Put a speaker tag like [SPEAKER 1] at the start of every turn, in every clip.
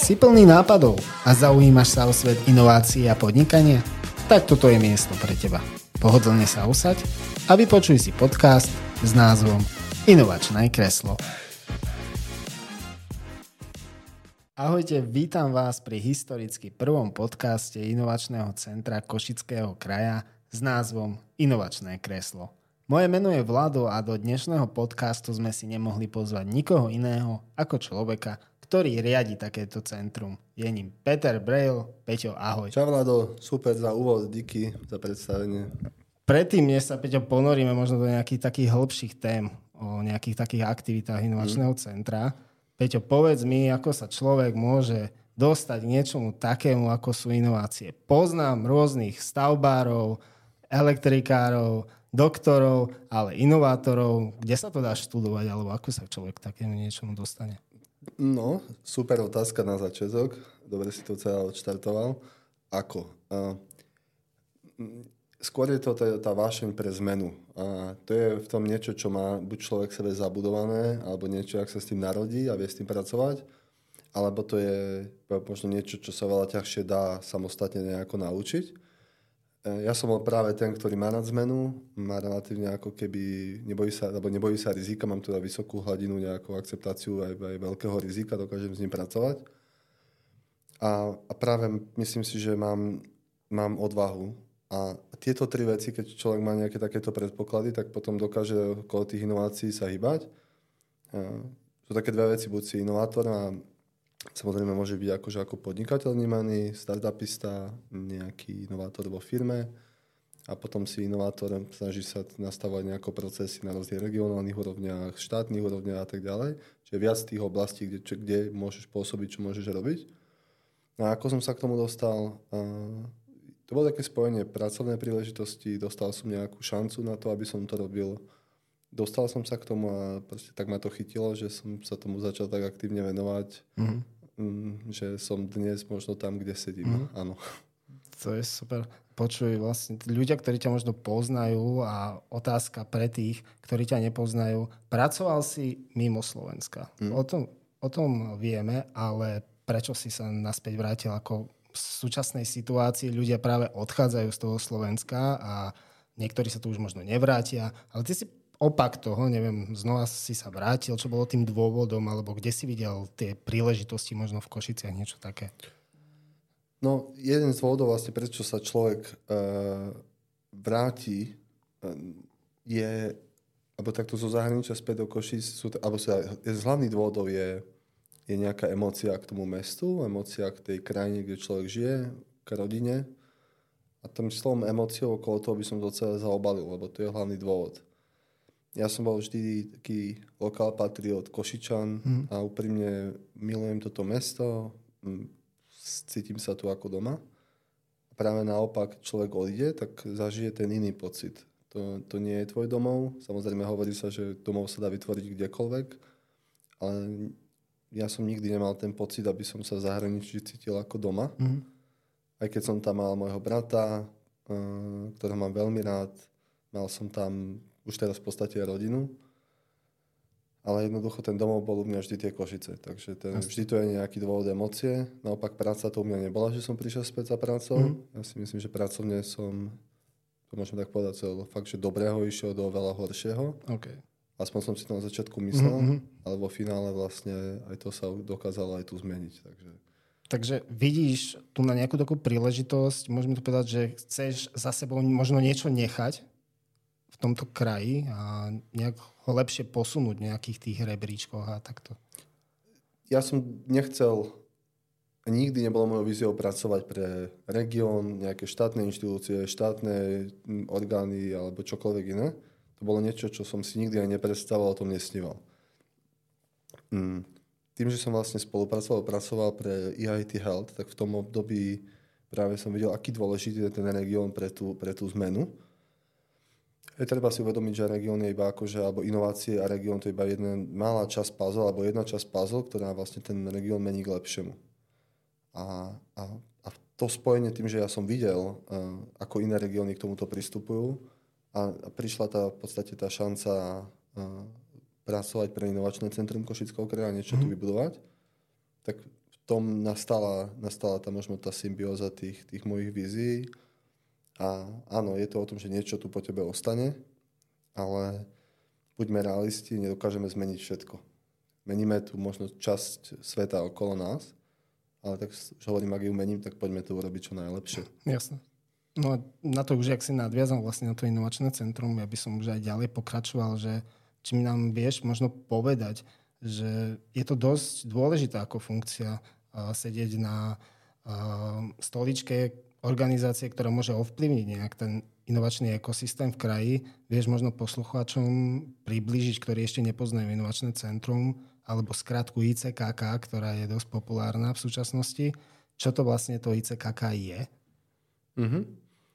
[SPEAKER 1] Si plný nápadov a zaujímaš sa o svet inovácií a podnikania? Tak toto je miesto pre teba. Pohodlne sa usaď a vypočuj si podcast s názvom Inovačné kreslo. Ahojte, vítam vás pri historicky prvom podcaste Inovačného centra Košického kraja s názvom Inovačné kreslo. Moje meno je Vlado a do dnešného podcastu sme si nemohli pozvať nikoho iného ako človeka, ktorý riadi takéto centrum. Je ním Peter Brejl. Peťo, ahoj.
[SPEAKER 2] Čau Vlado, super za úvod, díky za predstavenie.
[SPEAKER 1] Predtým, než sa, Peťo, ponoríme možno do nejakých takých hĺbších tém o nejakých takých aktivitách inovačného centra, Peťo, povedz mi, ako sa človek môže dostať k niečomu takému, ako sú inovácie. Poznám rôznych stavbárov, elektrikárov, doktorov, ale inovátorov. Kde sa to dá študovať, alebo ako sa človek k takému niečomu dostane?
[SPEAKER 2] No, super otázka na začiatok. Dobre si to celé odštartoval. Ako? Skôr je to tá vášeň pre zmenu. A to je v tom niečo, čo má buď človek sebe zabudované, alebo niečo, ak sa s tým narodí a vie s tým pracovať, alebo to je možno niečo, čo sa veľa ťažšie dá samostatne nejako naučiť. Ja som bol práve ten, ktorý má nad zmenu, má relatívne ako keby, nebojí sa rizika, mám teda vysokú hladinu, nejakú akceptáciu aj veľkého rizika, dokážem s ním pracovať. A práve myslím si, že mám odvahu. A tieto tri veci, keď človek má nejaké takéto predpoklady, tak potom dokáže okolo tých inovácií sa hýbať. Sú také dve veci, buď si inovátor a samozrejme môže byť akože ako podnikateľ vnímaný, startupista, nejaký inovátor vo firme a potom si inovátor snaží sa nastavovať nejaké procesy na rôznych regionálnych úrovniach, štátnych úrovniach a tak ďalej. Čiže viac tých oblastí, kde môžeš pôsobiť, čo môžeš robiť. No a ako som sa k tomu dostal? To bolo také spojenie pracovnej príležitosti, dostal som nejakú šancu na to, aby som to robil. Dostal som sa k tomu a proste tak ma to chytilo, že som sa tomu začal tak aktívne venovať, že som dnes možno tam, kde sedím. Áno.
[SPEAKER 1] To je super. Počuj, vlastne ľudia, ktorí ťa možno poznajú a otázka pre tých, ktorí ťa nepoznajú, pracoval si mimo Slovenska. O tom vieme, ale prečo si sa naspäť vrátil? Ako v súčasnej situácii ľudia práve odchádzajú z toho Slovenska a niektorí sa tu už možno nevrátia, ale ty si opak toho, neviem, znova si sa vrátil, čo bolo tým dôvodom, alebo kde si videl tie príležitosti možno v Košiciach, niečo také?
[SPEAKER 2] No, jeden z dôvodov vlastne, prečo sa človek vráti, je, alebo takto zo zahraničia späť do Košic, z hlavných dôvodov je nejaká emócia k tomu mestu, emócia k tej krajine, kde človek žije, k rodine. A tým slovom emóciou okolo toho by som to celé zaobalil, lebo to je hlavný dôvod. Ja som bol vždy taký lokál patriot Košičan a úprimne milujem toto mesto, cítim sa tu ako doma. A práve naopak, človek odíde, tak zažije ten iný pocit. To nie je tvoj domov, samozrejme hovorí sa, že domov sa dá vytvoriť kdekoľvek, ale ja som nikdy nemal ten pocit, aby som sa v zahraničí cítil ako doma. Aj keď som tam mal môjho brata, ktorého mám veľmi rád, mal som tam už teraz v podstate rodinu. Ale jednoducho ten domov bol u mňa vždy tie Košice. Takže vždy to je nejaký dôvod emócie. Naopak práca to u mňa nebola, že som prišiel späť za prácou. Ja si myslím, že pracovne som, to môžem tak povedať, fakt, že dobrého išiel do veľa horšieho.
[SPEAKER 1] Okay.
[SPEAKER 2] Aspoň som si to na začiatku myslel, ale vo finále vlastne aj to sa dokázalo aj tu zmeniť.
[SPEAKER 1] Takže vidíš tu na nejakú takú príležitosť, môžeme to povedať, že chceš za sebou možno niečo nechať v tomto kraji a nejak ho lepšie posunúť v nejakých tých rebríčkoch a takto?
[SPEAKER 2] Ja som nechcel, nikdy nebolo mojou víziou pracovať pre región, nejaké štátne inštitúcie, štátne orgány alebo čokoľvek iné. To bolo niečo, čo som si nikdy aj nepredstavoval, o tom nesníval. Tým, že som vlastne pracoval pre EIT Health, tak v tom období práve som videl, aký dôležitý je ten región pre tú zmenu. Je treba si uvedomiť, že región je iba alebo inovácie a región to je iba jedna malá časť puzzle, alebo jedna časť puzzle, ktorá vlastne ten región mení k lepšiemu. A to spojenie tým, že ja som videl, ako iné regióny k tomuto pristupujú a prišla v podstate tá šanca pracovať pre inovačné centrum Košického kraja a niečo tu vybudovať, tak v tom nastala tá možno tá symbióza tých mojich vízií. A áno, je to o tom, že niečo tu po tebe ostane, ale buďme realisti, nedokážeme zmeniť všetko. Meníme tu možno časť sveta okolo nás, ale tak už hovorím, ak ju mením, tak poďme to urobiť čo najlepšie.
[SPEAKER 1] Jasné. No a na to už, ak si nadviazal vlastne na to inovačné centrum, ja by som už aj ďalej pokračoval, že či mi nám vieš možno povedať, že je to dosť dôležitá ako funkcia sedieť na stoličke organizácie, ktorá môže ovplyvniť nejak ten inovačný ekosystém v kraji. Vieš možno poslucháčom priblížiť, ktorí ešte nepoznajú inovačné centrum, alebo skratku ICKK, ktorá je dosť populárna v súčasnosti. Čo to vlastne to ICKK je?
[SPEAKER 2] Mm-hmm.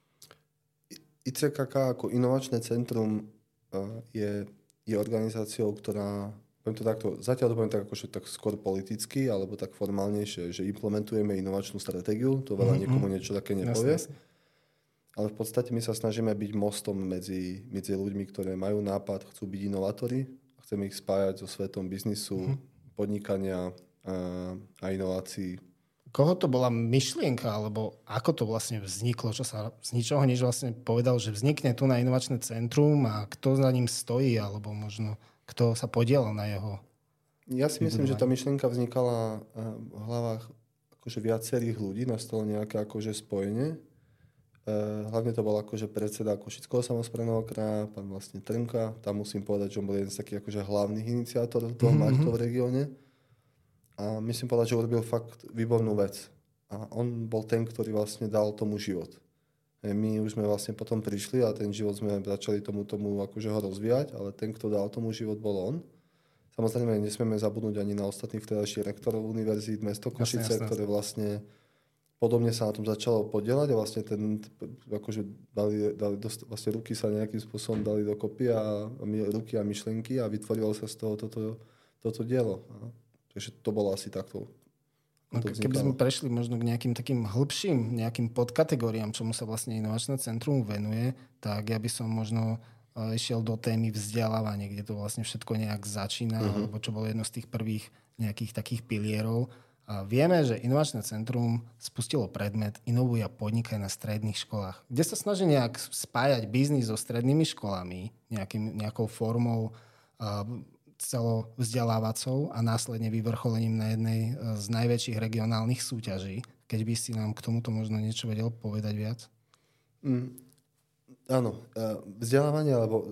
[SPEAKER 2] ICKK ako inovačné centrum je organizáciou, ktorá, poviem to takto, zatiaľ to poviem tak, akože tak skôr politicky, alebo tak formálnejšie, že implementujeme inovačnú stratégiu, to veľa niekomu niečo také nepovie. Jasne. Ale v podstate my sa snažíme byť mostom medzi ľuďmi, ktorí majú nápad, chcú byť inovátori, chceme ich spájať so svetom biznisu, podnikania a inovácií.
[SPEAKER 1] Koho to bola myšlienka, alebo ako to vlastne vzniklo, čo sa z ničoho nič vlastne povedal, že vznikne tu na inovačné centrum a kto za ním stojí, alebo možno kto sa podielal na jeho...
[SPEAKER 2] Ja si myslím, že tá myšlienka vznikala v hlavách akože viacerých ľudí, nastalo nejaké akože spojenie. Hlavne to bol akože predseda Košického samosprávneho kraja, pán vlastne Trnka. Tam musím povedať, že on bol jeden z takých akože hlavných iniciátorov toho mať to v regióne. A myslím povedať, že urobil fakt výbornú vec. A on bol ten, ktorý vlastne dal tomu život. My už sme vlastne potom prišli a ten život sme začali tomu akože ho rozvíjať, ale ten, kto dal tomu život, bol on. Samozrejme, nesmieme zabudnúť ani na ostatných vtedajších rektorov univerzít, mesto Košice, ktoré vlastne podobne sa na tom začalo podieľať a vlastne akože dali vlastne ruky sa nejakým spôsobom dali dokopy a ruky a myšlienky a vytvorilo sa z toho toto dielo. Takže to bolo asi takto.
[SPEAKER 1] Keby sme prešli možno k nejakým takým hĺbším, nejakým podkategóriám, čomu sa vlastne inovačné centrum venuje, tak ja by som možno išiel do témy vzdelávanie, kde to vlastne všetko nejak začína, alebo čo bolo jedno z tých prvých nejakých takých pilierov. A vieme, že inovačné centrum spustilo predmet Inovuj a podnikaj na stredných školách, kde sa snaží nejak spájať biznis so strednými školami, nejakou formou celovzdelávacou a následne vyvrcholením na jednej z najväčších regionálnych súťaží. Keď by si nám k tomuto možno niečo vedel povedať viac?
[SPEAKER 2] Áno. Vzdelávanie, alebo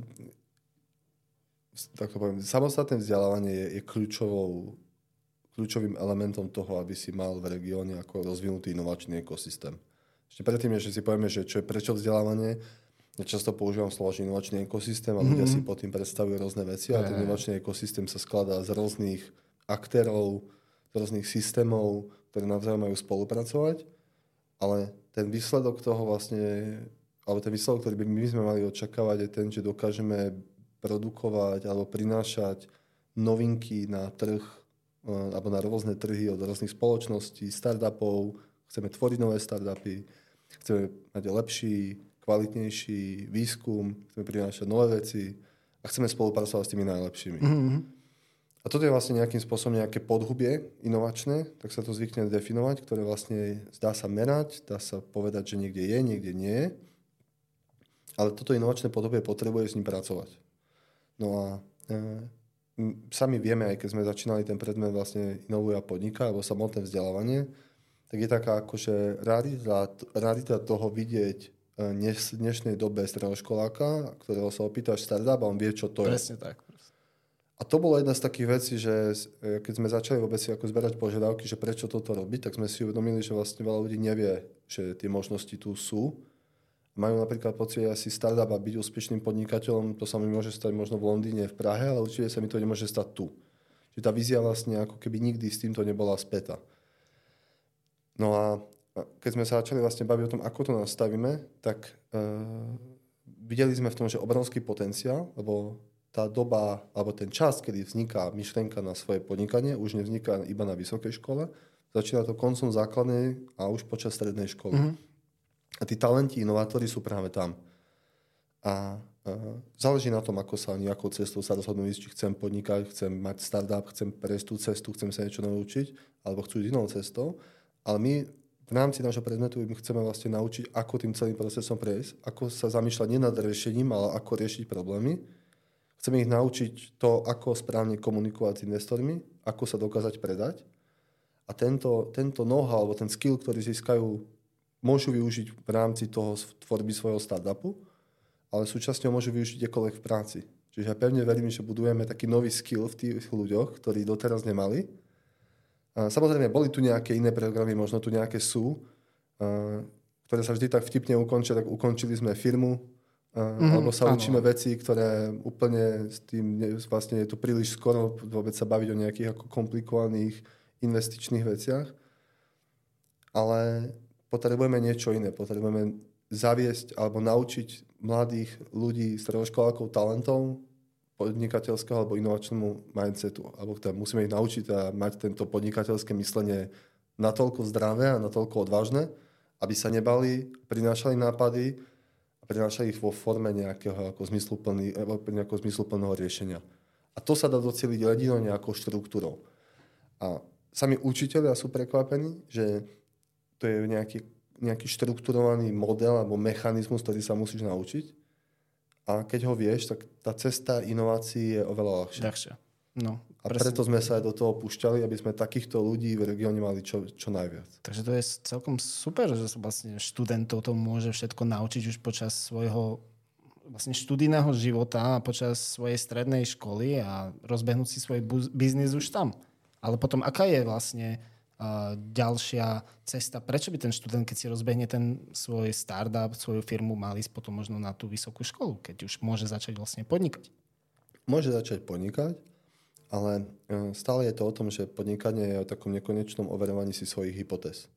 [SPEAKER 2] tak to poviem, samostatné vzdelávanie je kľúčovým elementom toho, aby si mal v regióne ako rozvinutý inovačný ekosystém. Ešte predtým, že si povieme, že čo je prečo vzdelávanie, ja často používam slovo inovačný ekosystém a ľudia si pod tým predstavujú rôzne veci a ten inovačný ekosystém sa skladá z rôznych aktérov, z rôznych systémov, ktoré navzájom majú spolupracovať, ale ten výsledok toho vlastne, alebo ten výsledok, ktorý by my sme mali očakávať, je ten, že dokážeme produkovať alebo prinášať novinky na trh alebo na rôzne trhy od rôznych spoločností, startupov, chceme tvoriť nové startupy, chceme mať lepší, kvalitnejší výskum, chceme prinášať nové veci a chceme spolupracovať s tými najlepšími. A toto je vlastne nejakým spôsobom nejaké podhubie inovačné, tak sa to zvykne definovať, ktoré vlastne dá sa merať, dá sa povedať, že niekde je, niekde nie je. Ale toto inovačné podhubie potrebuje s ním pracovať. No a sami vieme, aj keď sme začínali ten predmet vlastne Inovuj a podnikaj, alebo samotné vzdelávanie, tak je taká akože rarita toho vidieť v dnešnej dobe stredoškoláka, ktorého sa opýtaš startup a on vie, čo to je.
[SPEAKER 1] Presne tak.
[SPEAKER 2] A to bola jedna z takých vecí, že keď sme začali vôbec si ako zberať požiadavky, že prečo toto robiť, tak sme si uvedomili, že vlastne veľa ľudí nevie, že tie možnosti tu sú. Majú napríklad pocit, že asi startup a byť úspešným podnikateľom, to sa mi môže stať možno v Londýne, v Prahe, ale určite sa mi to nemôže stať tu. Že tá vízia vlastne ako keby nikdy s týmto nebola spätá. No a keď sme sa začali vlastne baviť o tom, ako to nastavíme, tak videli sme v tom, že obrovský potenciál, lebo tá doba, alebo ten čas, kedy vzniká myšlienka na svoje podnikanie, už nevzniká iba na vysokej škole, začína to koncom základnej a už počas strednej školy. A tí talenti, inovátori sú práve tam. A záleží na tom, akou cestou sa rozhodnú ísť, či chcem podnikať, chcem mať startup, chcem prejsť tú cestu, chcem sa niečo naučiť, alebo chcú ísť inou cestou. Ale my v rámci nášho predmetu my chceme vlastne naučiť, ako tým celým procesom prejsť, ako sa zamýšľať nie nad riešením, ale ako riešiť problémy. Chceme ich naučiť to, ako správne komunikovať s investormi, ako sa dokázať predať. A tento know-how, alebo ten skill, ktorý získajú, môžu využiť v rámci toho tvorby svojho startupu, ale súčasne ho môžu využiť kdekoľvek v práci. Čiže ja pevne verím, že budujeme taký nový skill v tých ľuďoch, ktorí doteraz nemali. A samozrejme, boli tu nejaké iné programy, možno tu nejaké sú, ktoré sa vždy tak vtipne ukončia, tak ukončili sme firmu, alebo sa učíme veci, ktoré úplne s tým vlastne je to príliš skoro vôbec sa baviť o nejakých ako komplikovaných investičných veciach. Ale potrebujeme niečo iné. Potrebujeme zaviesť alebo naučiť mladých ľudí, stredoškolákov talentov podnikateľského alebo inovačnému mindsetu. Alebo musíme ich naučiť a mať tento podnikateľské myslenie natoľko zdravé a natoľko odvážne, aby sa nebali, prinášali nápady a prinášali ich vo forme nejakého zmysluplného riešenia. A to sa dá doceliť jedinou nejakou štruktúrou. A sami učitelia sú prekvapení, že to je nejaký štrukturovaný model alebo mechanizmus, ktorý sa musíš naučiť. A keď ho vieš, tak tá cesta inovácií je oveľa ľahšia.
[SPEAKER 1] No,
[SPEAKER 2] a preto sme sa aj do toho púšťali, aby sme takýchto ľudí v regióne mali čo najviac.
[SPEAKER 1] Takže to je celkom super, že vlastne študentov to môže všetko naučiť už počas svojho vlastne študijného života a počas svojej strednej školy a rozbehnúť si svoj biznis už tam. Ale potom, aká je vlastne ďalšia cesta? Prečo by ten študent, keď si rozbehne ten svoj startup, svoju firmu, mal ísť potom možno na tú vysokú školu, keď už môže začať vlastne podnikať?
[SPEAKER 2] Môže začať podnikať, ale stále je to o tom, že podnikanie je o takom nekonečnom overovaní si svojich hypotéz.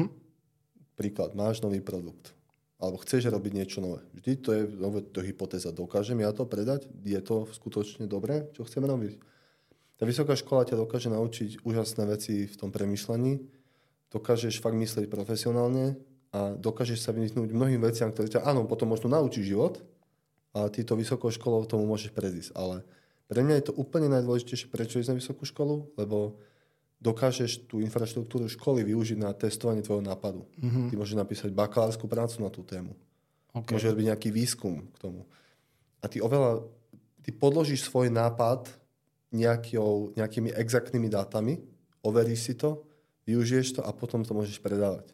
[SPEAKER 2] Príklad, máš nový produkt, alebo chceš robiť niečo nové. Vždy to je hypotéza. Dokážem ja to predať? Je to skutočne dobré? Čo chceme robiť? Tá vysoká škola ťa dokáže naučiť úžasné veci v tom premýšľaní, dokážeš fakt myslieť profesionálne a dokážeš sa vyniknúť mnohým veciam, ktoré ťa, áno, potom možno naučí život, ale ty to vysokou školou tomu môžeš predísť. Ale pre mňa je to úplne najdôležitejšie, prečo ísť na vysokú školu, lebo dokážeš tú infraštruktúru školy využiť na testovanie tvojho nápadu. Ty môžeš napísať bakalárskú prácu na tú tému. Okay. Môžeš robiť nejaký výskum k tomu. A ty podložíš svoj nápad nejakými exaktnými dátami, overíš si to, využiješ to a potom to môžeš predávať.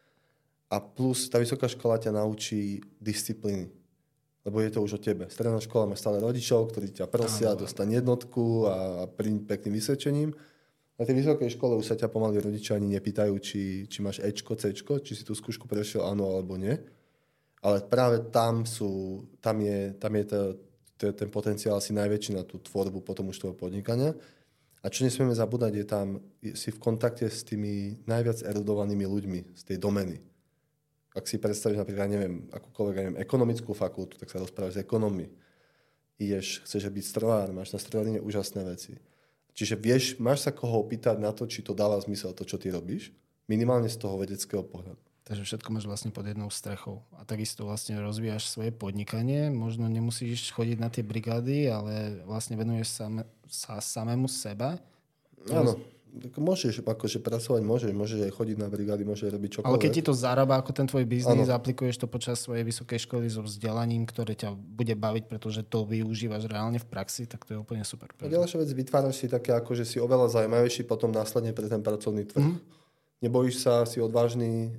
[SPEAKER 2] A plus tá vysoká škola ťa naučí disciplíny, lebo je to už o tebe. Stredná škola má stále rodičov, ktorí ťa prosia, dostane jednotku a pekným vysvedčením. Na tej vysokej škole už sa ťa pomaly rodičia ani nepýtajú, či máš Ečko, Cčko, či si tú skúšku prešiel áno alebo nie. Ale práve tam je ten potenciál asi najväčší na tú tvorbu potom už toho podnikania. A čo nesmieme zabúdať, je tam si v kontakte s tými najviac erudovanými ľuďmi z tej domény. Ak si predstavíš napríklad, ekonomickú fakultu, tak sa rozprávaš s ekonommi. Chceš byť strojár, máš na strojárine úžasné veci. Čiže máš sa koho opýtať na to, či to dáva zmysel to, čo ty robíš, minimálne z toho vedeckého pohľadu.
[SPEAKER 1] Takže všetko máš vlastne pod jednou strechou. A takisto vlastne rozvíjaš svoje podnikanie. Možno nemusíš chodiť na tie brigády, ale vlastne venuješ sa samému sebe.
[SPEAKER 2] Áno. Môžeš pracovať, môžeš aj chodiť na brigády, môžeš robiť čokoľvek.
[SPEAKER 1] Ale keď ti to zarába ako ten tvoj biznis, aplikuješ to počas svojej vysokej školy so vzdelaním, ktoré ťa bude baviť, pretože to využívaš reálne v praxi, tak to je úplne super.
[SPEAKER 2] A ďalšia vec, vytváraš si také, že si oveľa zaujímavejší potom následne pre ten pracovný trh. Nebojíš sa, si odvážny,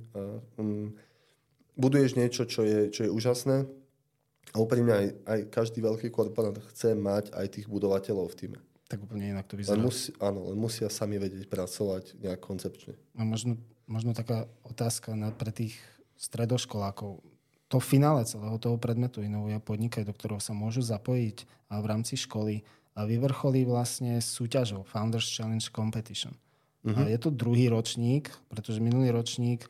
[SPEAKER 2] buduješ niečo, čo je úžasné a úprimne aj každý veľký korporát chce mať aj tých budovateľov v tíme.
[SPEAKER 1] Tak úplne inak to vyzerá.
[SPEAKER 2] Len musia sami vedieť pracovať nejak koncepčne.
[SPEAKER 1] A možno taká otázka pre tých stredoškolákov. To finále celého toho predmetu Inovuj a podnikaj, do ktorého sa môžu zapojiť a v rámci školy a vyvrcholí vlastne súťažou Founders Challenge Competition. A je to druhý ročník, pretože minulý ročník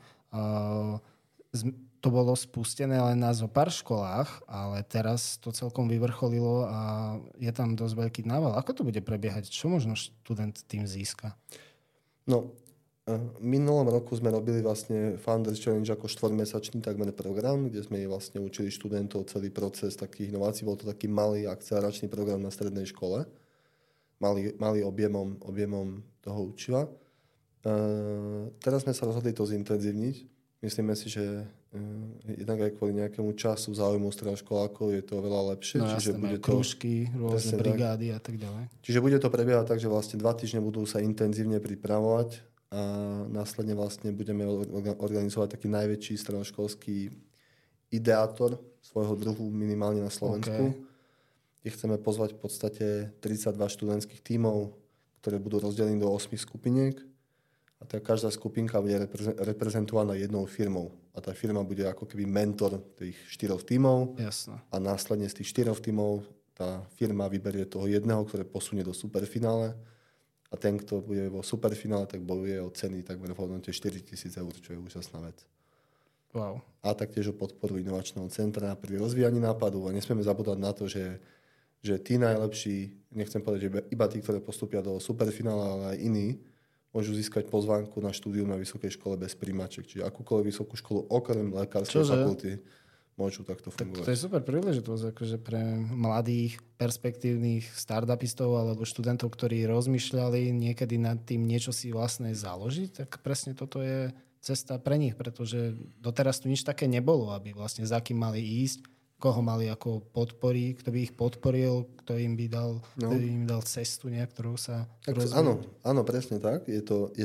[SPEAKER 1] to bolo spustené len na zopár školách, ale teraz to celkom vyvrcholilo a je tam dosť veľký nával. Ako to bude prebiehať? Čo možno študent tým získa?
[SPEAKER 2] No, Minulom roku sme robili vlastne Founders Challenge ako 4-mesačný takmer program, kde sme vlastne učili študentov celý proces takých inovácií. Bol to taký malý akceleračný program na strednej škole. Malý objemom toho učiva. Teraz sme sa rozhodli to zintenzívniť. Myslíme si, že jednak aj kvôli nejakému času záujmu stredoškolákov je to veľa lepšie.
[SPEAKER 1] No čiže bude krúžky, rôzne brigády a tak ďalej.
[SPEAKER 2] Čiže bude to prebiehať tak, že vlastne 2 týždne budú sa intenzívne pripravovať a následne vlastne budeme organizovať taký najväčší stredoškolský ideátor svojho druhu minimálne na Slovensku. Kde chceme pozvať v podstate 32 študentských tímov, ktoré budú rozdelené do 8 skupiniek. A tá každá skupinka bude reprezentovaná jednou firmou. A tá firma bude ako keby mentor tých 4 tímov.
[SPEAKER 1] Jasne.
[SPEAKER 2] A následne z tých 4 tímov tá firma vyberie toho jedného, ktoré posunie do superfinále. A ten, kto bude vo superfinále, tak bojuje o ceny takmer v hodnote 4 000 eur, čo je úžasná vec.
[SPEAKER 1] Wow.
[SPEAKER 2] A taktiež o podporu inovačného centra pri rozvíjaní nápadu. A nesmieme zabúdať na to, že tí najlepší, nechcem povedať, že iba tí, ktoré postupia do superfinále, ale aj iní, môžu získať pozvánku na štúdium na vysokej škole bez príjmaček. Čiže akúkoľvek vysokú školu okrem lekárskej fakulty môžu takto fungovať.
[SPEAKER 1] Tak to je super príležitosť akože pre mladých, perspektívnych startupistov alebo študentov, ktorí rozmýšľali niekedy nad tým niečo si vlastné založiť, tak presne toto je cesta pre nich, pretože doteraz tu nič také nebolo, aby vlastne za kým mali ísť, koho mali ako podporí, kto by ich podporil, kto im by dal cestu ktorou sa
[SPEAKER 2] rozvíjať. Áno, presne tak. Je to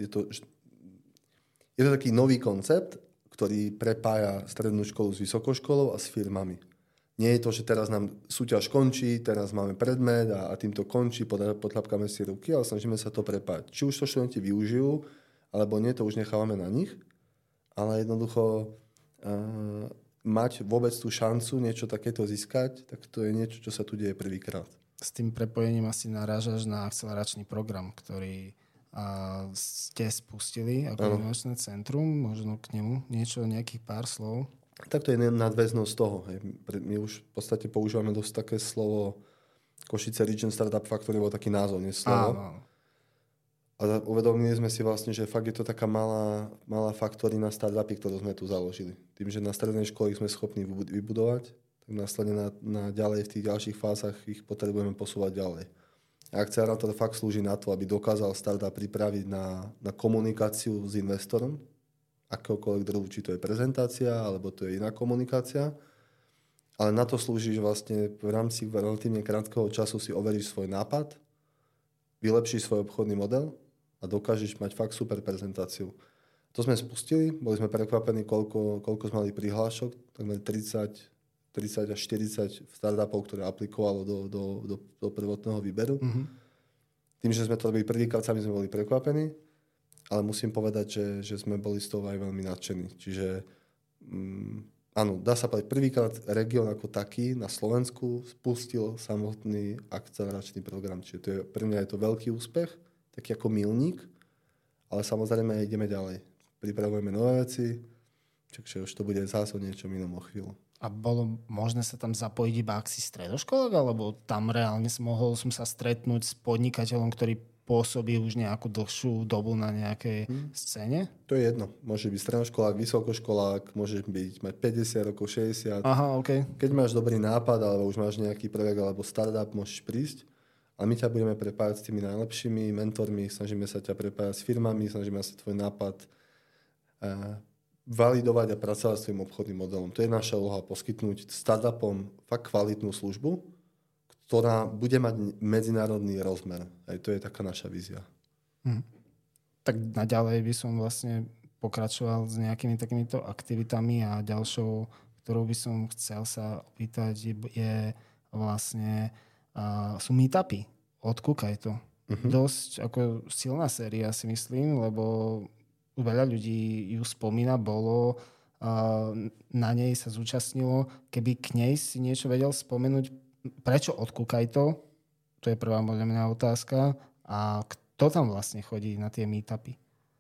[SPEAKER 2] taký nový koncept, ktorý prepája strednú školu s vysokou školou a s firmami. Nie je to, že teraz nám súťaž končí, teraz máme predmet a týmto končí, podľapkáme si ruky, ale snažíme sa to prepájať. Či už to študenti využijú, alebo nie, to už nechávame na nich. Ale jednoducho mať vôbec tú šancu niečo takéto získať, tak to je niečo, čo sa tu deje prvýkrát.
[SPEAKER 1] S tým prepojením asi narážaš na akceleračný program, ktorý ste spustili ako inovačné centrum, možno k nemu nejakých pár slov.
[SPEAKER 2] Tak to je nadväznosť toho. My už v podstate používame dosť také slovo Košice Region Startup Factory, bol taký názov, nie slovo. A uvedomili sme si vlastne, že fakt je to taká malá faktory na startupy, ktorú sme tu založili. Tým, že na strednej škole ich sme schopní vybudovať, tak následne na ďalej v tých ďalších fázach ich potrebujeme posúvať ďalej. A akcelerátor fakt slúži na to, aby dokázal startup pripraviť na komunikáciu s investorom, akéhokoľvek druhu, či to je prezentácia, alebo to je iná komunikácia. Ale na to slúži, že vlastne v rámci relatívne krátkeho času si overíš svoj nápad, vylepšíš svoj obchodný model a dokážeš mať fakt super prezentáciu. To sme spustili, boli sme prekvapení, koľko sme mali prihlášok, takmer 30 až 40 startupov, ktoré aplikovalo do prvotného výberu. Mm-hmm. Tým, že sme to robili prvýkrát, sami sme boli prekvapení, ale musím povedať, že sme boli z toho aj veľmi nadšení. Čiže áno, dá sa povedať, prvýkrát región ako taký na Slovensku spustil samotný akceleračný program. Čiže pre mňa je to veľký úspech, taký ako milník, ale samozrejme ideme ďalej. Pripravujeme nové veci, čiže už to bude zase o niečom inom o chvíľu.
[SPEAKER 1] A bolo možné sa tam zapojiť iba ak si stredoškolák, alebo tam reálne mohol som sa stretnúť s podnikateľom, ktorý pôsobí už nejakú dlhšiu dobu na nejakej scéne?
[SPEAKER 2] To je jedno. Môže byť stredoškolák, vysokoškolák, môžeš mať 50 rokov, 60.
[SPEAKER 1] Aha, okay.
[SPEAKER 2] Keď máš dobrý nápad, alebo už máš nejaký projekt, alebo startup, môžeš prísť. A my ťa budeme prepájať s tými najlepšími mentormi, snažíme sa ťa prepájať s firmami, snažíme sa tvoj nápad validovať a pracovať s tvojim obchodným modelom. To je naša úloha, poskytnúť startupom fakt kvalitnú službu, ktorá bude mať medzinárodný rozmer. Aj to je taká naša vízia.
[SPEAKER 1] Tak naďalej by som vlastne pokračoval s nejakými takýmito aktivitami a ďalšou, ktorou by som chcel sa opýtať, je vlastne sú meetupy. Odkúkaj to. Dosť ako silná séria, si myslím, lebo veľa ľudí ju spomína, na nej sa zúčastnilo. Keby k nej si niečo vedel spomenúť, prečo Odkúkaj to? To je prvá podľa mňa otázka. A kto tam vlastne chodí na tie meetupy?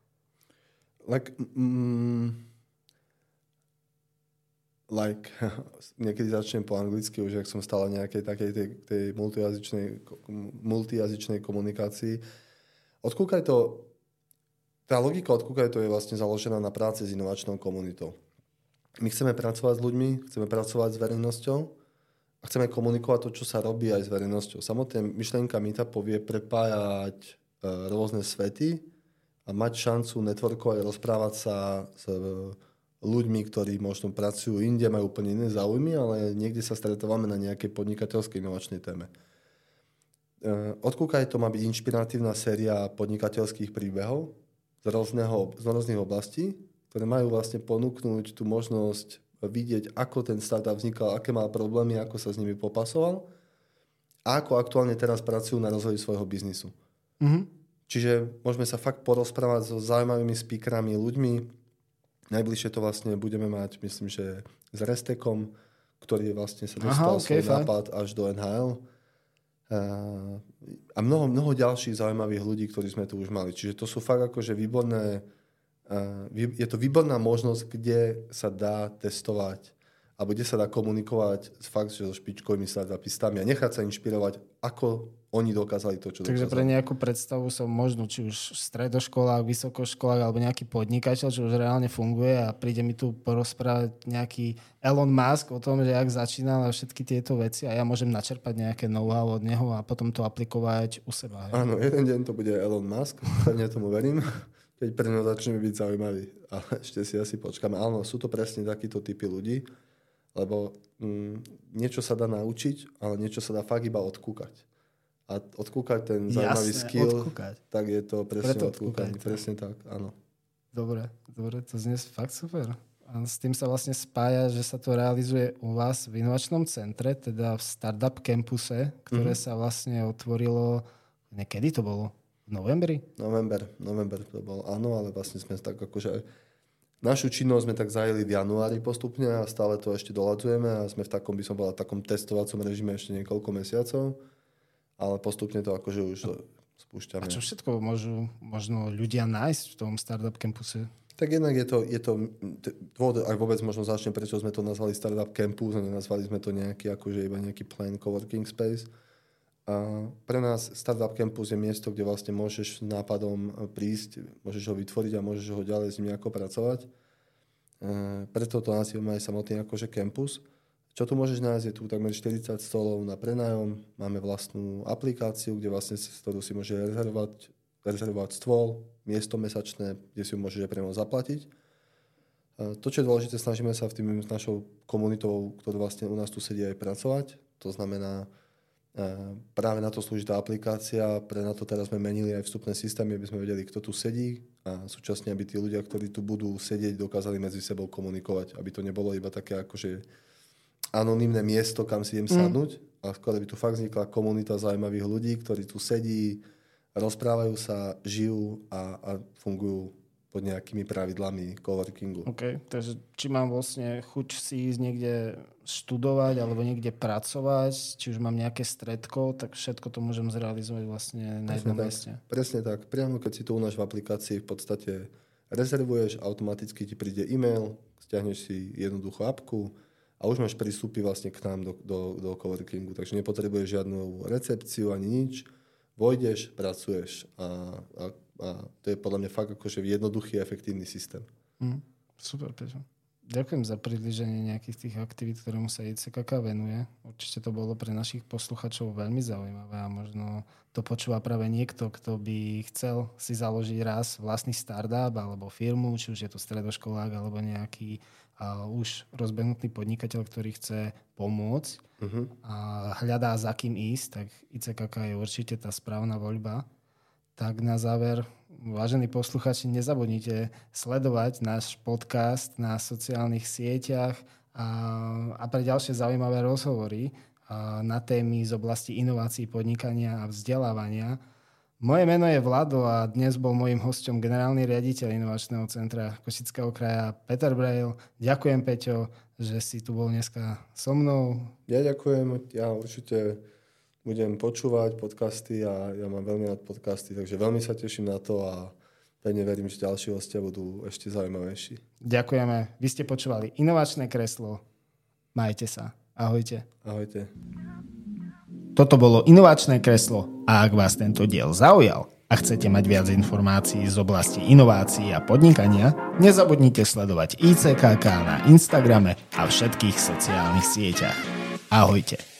[SPEAKER 2] Niekedy začnem po anglicky, už ak som stále nejakej takej tej multijazyčnej komunikácii. Odkúkaj to. tá logika od Kukaj to je vlastne založená na práci s inovačnou komunitou. My chceme pracovať s ľuďmi, chceme pracovať s verejnosťou a chceme komunikovať to, čo sa robí aj s verejnosťou. Samotná myšlienka meetupu vie prepájať rôzne svety a mať šancu networkovať, rozprávať sa s ľuďmi, ktorí možno pracujú inde, majú úplne iné záujmy, ale niekde sa stretávame na nejakej podnikateľskej inovačnej téme. Od Kukaj to má byť inšpiratívna séria podnikateľských príbehov z rôznych oblastí, ktoré majú vlastne ponúknuť tú možnosť vidieť, ako ten startup vznikal, aké mal problémy, ako sa s nimi popasoval a ako aktuálne teraz pracujú na rozvoji svojho biznisu. Mm-hmm. Čiže môžeme sa fakt porozprávať so zaujímavými speakerami, ľuďmi. Najbližšie to vlastne budeme mať, myslím, že s Restekom, ktorý vlastne sa dostal svoj nápad až do NHL. A mnoho ďalších zaujímavých ľudí, ktorí sme tu už mali. Čiže to sú fakt akože výborné, je to výborná možnosť, kde sa dá testovať alebo kde sa dá komunikovať fakt, že so špičkovými startupistami a nechať sa inšpirovať, ako oni dokázali to, čo dokázali.
[SPEAKER 1] Takže pre nejakú predstavu som možno, či už stredoškolák, vysokoškolák alebo nejaký podnikateľ, čo už reálne funguje a príde mi tu porozprávať nejaký Elon Musk o tom, že jak začínal a všetky tieto veci a ja môžem načerpať nejaké know-how od neho a potom to aplikovať u seba.
[SPEAKER 2] Hej? Áno, jeden deň to bude Elon Musk, pevne tomu verím, keď pre ňo začneme byť zaujímaví. Ale ešte si asi počkáme. Áno, sú to presne takíto typy ľudí, lebo niečo sa dá naučiť, ale niečo sa dá fakt iba odkúkať. A odkúkať ten zaujímavý skill, tak je to presne odkúkanie. Presne tak, áno.
[SPEAKER 1] Dobre, to znie fakt super. A s tým sa vlastne spája, že sa to realizuje u vás v inovačnom centre, teda v Startup Campuse, ktoré sa vlastne otvorilo, kedy to bolo? V novembri?
[SPEAKER 2] November to bol, áno, ale vlastne sme tak akože... Našu činnosť sme tak zajeli v januári postupne a stále to ešte doľadzujeme a sme v takom, by som povedal, takom testovacom režime ešte niekoľko mesiacov, ale postupne to akože už spúšťame.
[SPEAKER 1] A čo všetko môžu možno ľudia nájsť v tom Startup Campuse?
[SPEAKER 2] Tak jednak je to dôvod, ak vôbec možno začnem, prečo sme to nazvali Startup Campus, nenazvali sme to nejaký, akože iba nejaký plain coworking space. A pre nás Startup Campus je miesto, kde vlastne môžeš s nápadom prísť, môžeš ho vytvoriť a môžeš ho ďalej s ním nejako pracovať. Preto to nazývame aj samotný akože campus. Čo tu môžeš nájsť, je tu takmer 40 stolov na prenájom, máme vlastnú aplikáciu, kde vlastne s ktorú si môže rezervovať stôl, miesto mesačné, kde si ju môžeš priamo zaplatiť. To, čo je dôležité, snažíme sa s našou komunitou, ktorá vlastne u nás tu sedí, aj pracovať. To znamená, práve na to slúži tá aplikácia, pre na to teraz sme menili aj vstupné systémy, aby sme vedeli, kto tu sedí a súčasne, aby tí ľudia, ktorí tu budú sedieť, dokázali medzi sebou komunikovať, aby to nebolo iba také akože anonymné miesto, kam si idem sadnúť, a skôr by tu fakt vznikla komunita zaujímavých ľudí, ktorí tu sedí, rozprávajú sa, žijú a fungujú pod nejakými pravidlami coworkingu.
[SPEAKER 1] OK, takže či mám vlastne chuť si ísť niekde študovať alebo niekde pracovať, či už mám nejaké stredko, tak všetko to môžem zrealizovať vlastne na jednom mieste.
[SPEAKER 2] Presne tak. Priamo keď si to u nás v aplikácii v podstate rezervuješ, automaticky ti príde e-mail, stiahneš si jednoduchú apku a už máš prístupy vlastne k nám do coworkingu. Takže nepotrebuješ žiadnu recepciu ani nič. Vojdeš, pracuješ a to je podľa mňa fakt akože jednoduchý a efektívny systém.
[SPEAKER 1] Super, Peťo. Ďakujem za približenie nejakých tých aktivít, ktorému sa ICKK venuje. Určite to bolo pre našich posluchačov veľmi zaujímavé a možno to počúva práve niekto, kto by chcel si založiť raz vlastný startup alebo firmu, či už je to stredoškolák alebo nejaký už rozbehnutý podnikateľ, ktorý chce pomôcť a hľadá za kým ísť, tak ICKK je určite tá správna voľba. Tak na záver, vážení posluchači, nezabudnite sledovať náš podcast na sociálnych sieťach a pre ďalšie zaujímavé rozhovory na témy z oblasti inovácií, podnikania a vzdelávania. Moje meno je Vlado a dnes bol mojím hosťom generálny riaditeľ Inovačného centra Košického kraja Peter Brejl. Ďakujem, Peťo, že si tu bol dneska so mnou.
[SPEAKER 2] Ja ďakujem, ja určite budem počúvať podcasty a ja mám veľmi rád podcasty, takže veľmi sa teším na to a pevne verím, že ďalší hostia budú ešte zaujímavejší.
[SPEAKER 1] Ďakujeme. Vy ste počúvali Inovačné kreslo. Majte sa. Ahojte.
[SPEAKER 2] Ahojte.
[SPEAKER 1] Toto bolo Inovačné kreslo a ak vás tento diel zaujal a a chcete mať viac informácií z oblasti inovácií a podnikania, nezabudnite sledovať ICKK na Instagrame a všetkých sociálnych sieťach. Ahojte.